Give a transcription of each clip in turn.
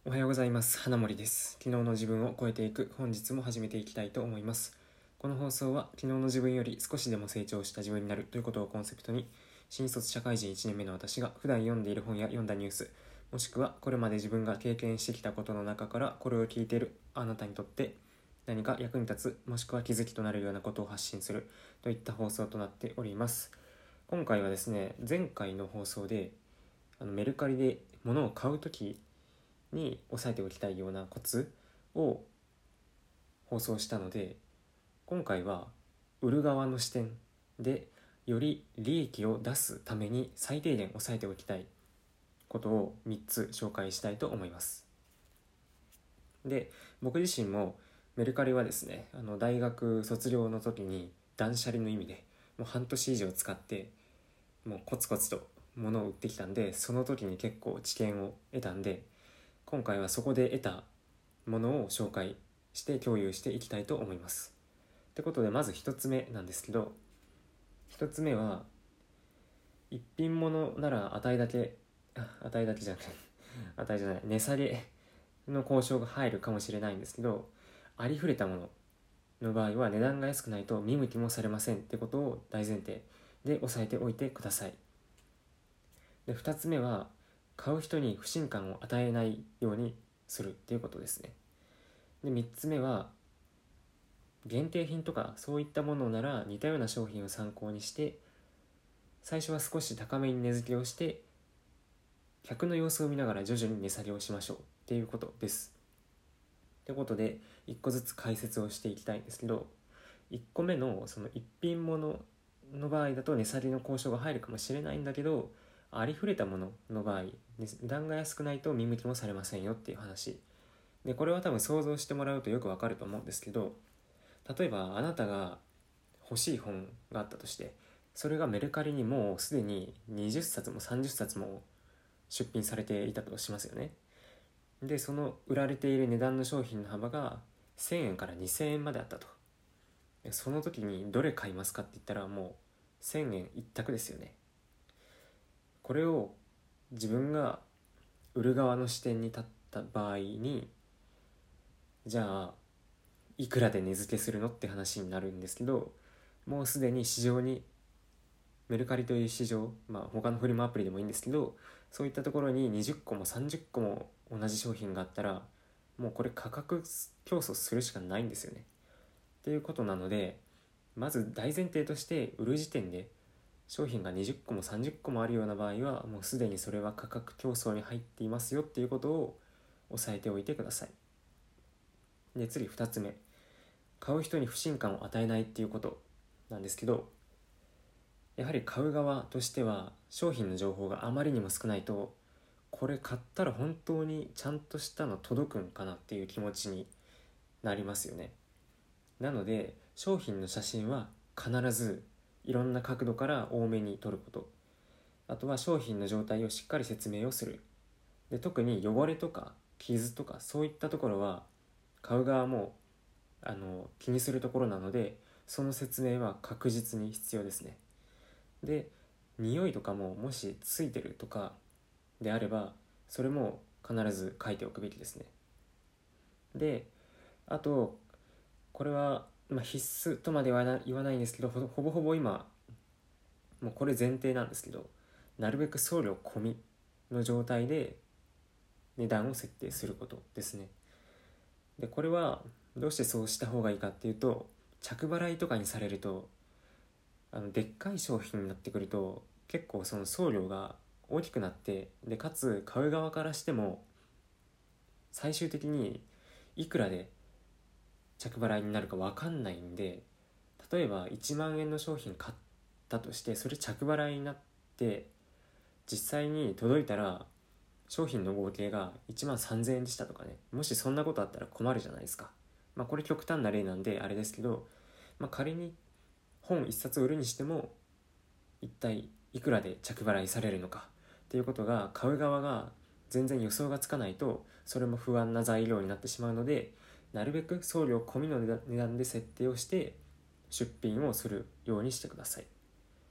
おはようございます。花森です。昨日の自分を超えていく本日も始めていきたいと思います。この放送は昨日の自分より少しでも成長した自分になるということをコンセプトに、新卒社会人1年目の私が普段読んでいる本や読んだニュース、もしくはこれまで自分が経験してきたことの中からこれを聞いているあなたにとって何か役に立つ、もしくは気づきとなるようなことを発信するといった放送となっております。今回はですね、前回の放送でメルカリで物を買うときに押さえておきたいようなコツを放送したので、今回は売る側の視点でより利益を出すために最低限押さえておきたいことを3つ紹介したいと思います。で、僕自身もメルカリはですね、大学卒業の時に断捨離の意味でもう半年以上使ってもうコツコツと物を売ってきたんで、その時に結構知見を得たんで、今回はそこで得たものを紹介して共有していきたいと思います。ってことで、まず一つ目なんですけど、一つ目は一品物なら値だけじゃなくて値じゃない値下げの交渉が入るかもしれないんですけど、ありふれたものの場合は値段が安くないと見向きもされませんってことを大前提で押さえておいてください。で、2つ目は買う人に不信感を与えないようにするっていうことですね。で、3つ目は限定品とかそういったものなら似たような商品を参考にして、最初は少し高めに値付けをして客の様子を見ながら徐々に値下げをしましょうっていうことです。ということで1個ずつ解説をしていきたいんですけど、1個目のその一品物の場合だと値下げの交渉が入るかもしれないんだけど、ありふれたものの場合値段が安くないと見向きもされませんよっていう話で、これは多分想像してもらうとよくわかると思うんですけど、例えばあなたが欲しい本があったとして、それがメルカリにもうすでに20冊も30冊も出品されていたとしますよね。で、その売られている値段の商品の幅が1000円から2000円まであったと。その時にどれ買いますかって言ったらもう1000円一択ですよね。これを自分が売る側の視点に立った場合に、じゃあいくらで値付けするのって話になるんですけど、もうすでに市場にメルカリという市場、他のフリマアプリでもいいんですけど、そういったところに20個も30個も同じ商品があったら、もうこれ価格競争するしかないんですよねっていうことなので、まず大前提として売る時点で商品が20個も30個もあるような場合はもうすでにそれは価格競争に入っていますよっていうことを押さえておいてください。で、次2つ目、買う人に不信感を与えないっていうことなんですけど、やはり買う側としては商品の情報があまりにも少ないと、これ買ったら本当にちゃんとしたの届くんかなっていう気持ちになりますよね。なので商品の写真は必ずいろんな角度から多めに撮ること、あとは商品の状態をしっかり説明をする。で、特に汚れとか傷とかそういったところは買う側も気にするところなので、その説明は確実に必要ですね。で、匂いとかももしついてるとかであればそれも必ず書いておくべきですね。で、あとこれは必須とまでは言わないんですけど、ほぼほぼ今もうこれ前提なんですけど、なるべく送料込みの状態で値段を設定することですね。で、これはどうしてそうした方がいいかっていうと、着払いとかにされるとでっかい商品になってくると結構その送料が大きくなって、でかつ買う側からしても最終的にいくらで着払いになるか分かんないんで、例えば1万円の商品買ったとして、それ着払いになって実際に届いたら商品の合計が1万3000円でしたとかね、もしそんなことあったら困るじゃないですか。これ極端な例なんであれですけど、仮に本一冊売るにしても一体いくらで着払いされるのかっていうことが買う側が全然予想がつかないと、それも不安な材料になってしまうので、なるべく送料込みの値段で設定をして出品をするようにしてください。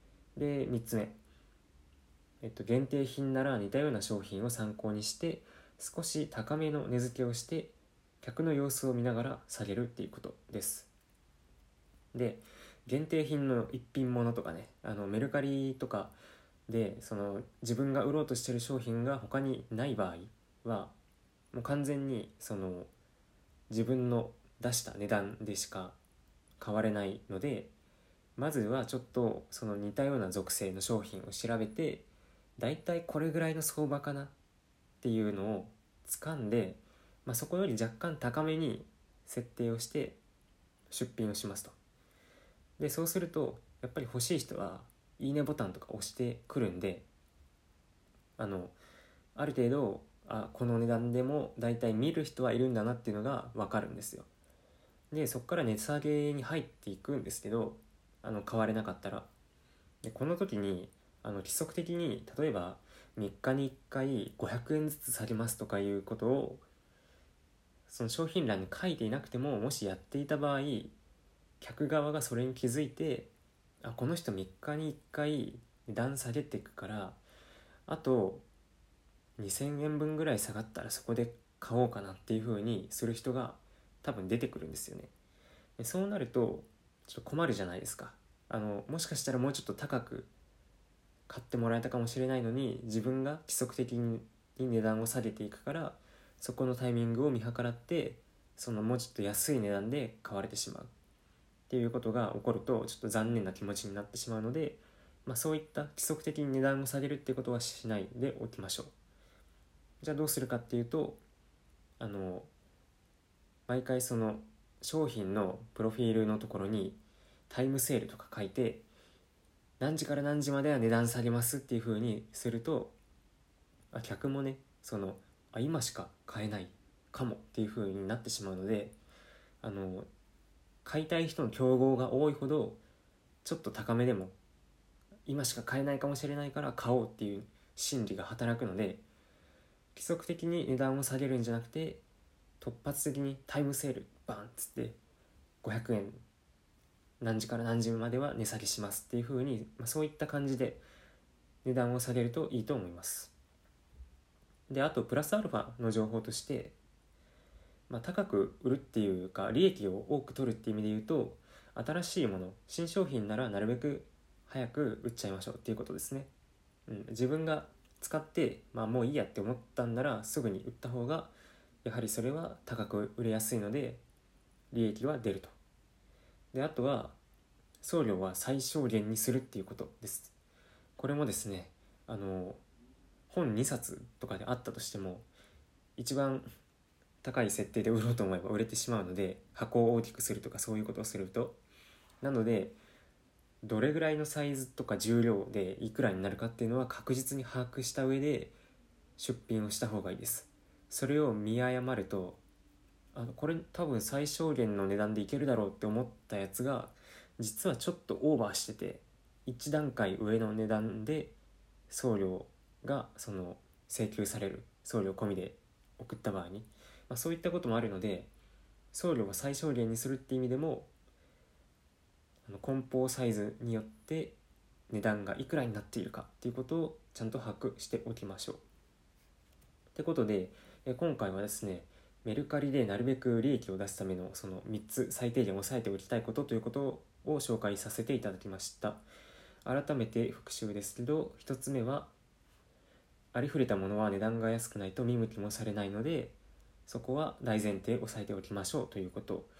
で、3つ目、限定品なら似たような商品を参考にして少し高めの値付けをして客の様子を見ながら下げるっていうことです。で、限定品の一品物とかね、メルカリとかでその自分が売ろうとしている商品が他にない場合はもう完全にその自分の出した値段でしか買われないので、まずはちょっとその似たような属性の商品を調べて、だいたいこれぐらいの相場かなっていうのを掴んで、そこより若干高めに設定をして出品をしますと。でそうするとやっぱり欲しい人はいいねボタンとか押してくるんで、ある程度この値段でもだいたい見る人はいるんだなっていうのが分かるんですよ。でそこから値下げに入っていくんですけど、買われなかったら、でこの時に規則的に例えば3日に1回500円ずつ下げますとかいうことをその商品欄に書いていなくても、もしやっていた場合客側がそれに気づいて、この人3日に1回値段下げていくから、あと2000円分ぐらい下がったらそこで買おうかなっていう風にする人が多分出てくるんですよね。でそうなるとちょっと困るじゃないですか。もしかしたらもうちょっと高く買ってもらえたかもしれないのに、自分が規則的に値段を下げていくから、そこのタイミングを見計らってそのもうちょっと安い値段で買われてしまうっていうことが起こると、ちょっと残念な気持ちになってしまうので、そういった規則的に値段を下げるっていうことはしないでおきましょう。じゃあどうするかっていうと、毎回その商品のプロフィールのところにタイムセールとか書いて、何時から何時までは値段下げますっていう風にすると、客もね今しか買えないかもっていう風になってしまうので、買いたい人の競合が多いほどちょっと高めでも今しか買えないかもしれないから買おうっていう心理が働くので、規則的に値段を下げるんじゃなくて突発的にタイムセールバンっつって500円何時から何時までは値下げしますっていう風に、そういった感じで値段を下げるといいと思います。であとプラスアルファの情報として、高く売るっていうか利益を多く取るっていう意味で言うと、新しいもの新商品ならなるべく早く売っちゃいましょうっていうことですね。自分が使って、もういいやって思ったんならすぐに売った方がやはりそれは高く売れやすいので利益は出ると。であとは送料は最小限にするっていうことです。これもですね、本2冊とかであったとしても一番高い設定で売ろうと思えば売れてしまうので、箱を大きくするとかそういうことをすると、なのでどれぐらいのサイズとか重量でいくらになるかっていうのは確実に把握した上で出品をした方がいいです。それを見誤ると、これ多分最小限の値段でいけるだろうって思ったやつが実はちょっとオーバーしてて、1段階上の値段で送料が請求される、送料込みで送った場合に、そういったこともあるので、送料は最小限にするっていう意味でも梱包サイズによって値段がいくらになっているかっていうことをちゃんと把握しておきましょう。ってことで今回はですね、メルカリでなるべく利益を出すためのその3つ最低限押さえておきたいことということを紹介させていただきました。改めて復習ですけど、1つ目はありふれたものは値段が安くないと見向きもされないので、そこは大前提押さえておきましょうということ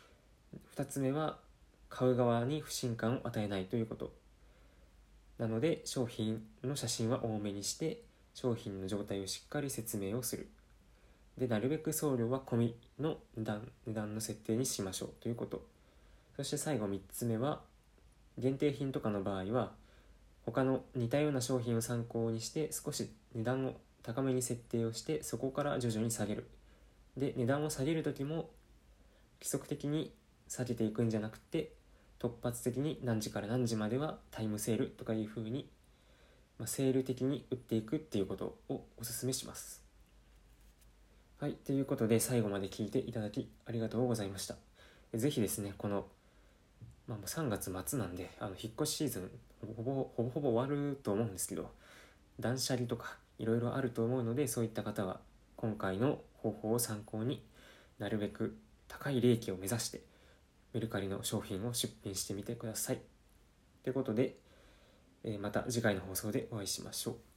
。2つ目は買う側に不信感を与えないということなので、商品の写真は多めにして商品の状態をしっかり説明をする。でなるべく送料は込みの値段の設定にしましょうということ。そして最後3つ目は、限定品とかの場合は他の似たような商品を参考にして少し値段を高めに設定をして、そこから徐々に下げる。で値段を下げるときも規則的に下げていくんじゃなくて、突発的に何時から何時まではタイムセールとかいう風に、セール的に売っていくっていうことをお勧めします。はい、ということで最後まで聞いていただきありがとうございました。ぜひですね、この、もう3月末なんで引っ越しシーズンほぼ終わると思うんですけど、断捨離とかいろいろあると思うので、そういった方は今回の方法を参考になるべく高い利益を目指してメルカリの商品を出品してみてください。ということで、また次回の放送でお会いしましょう。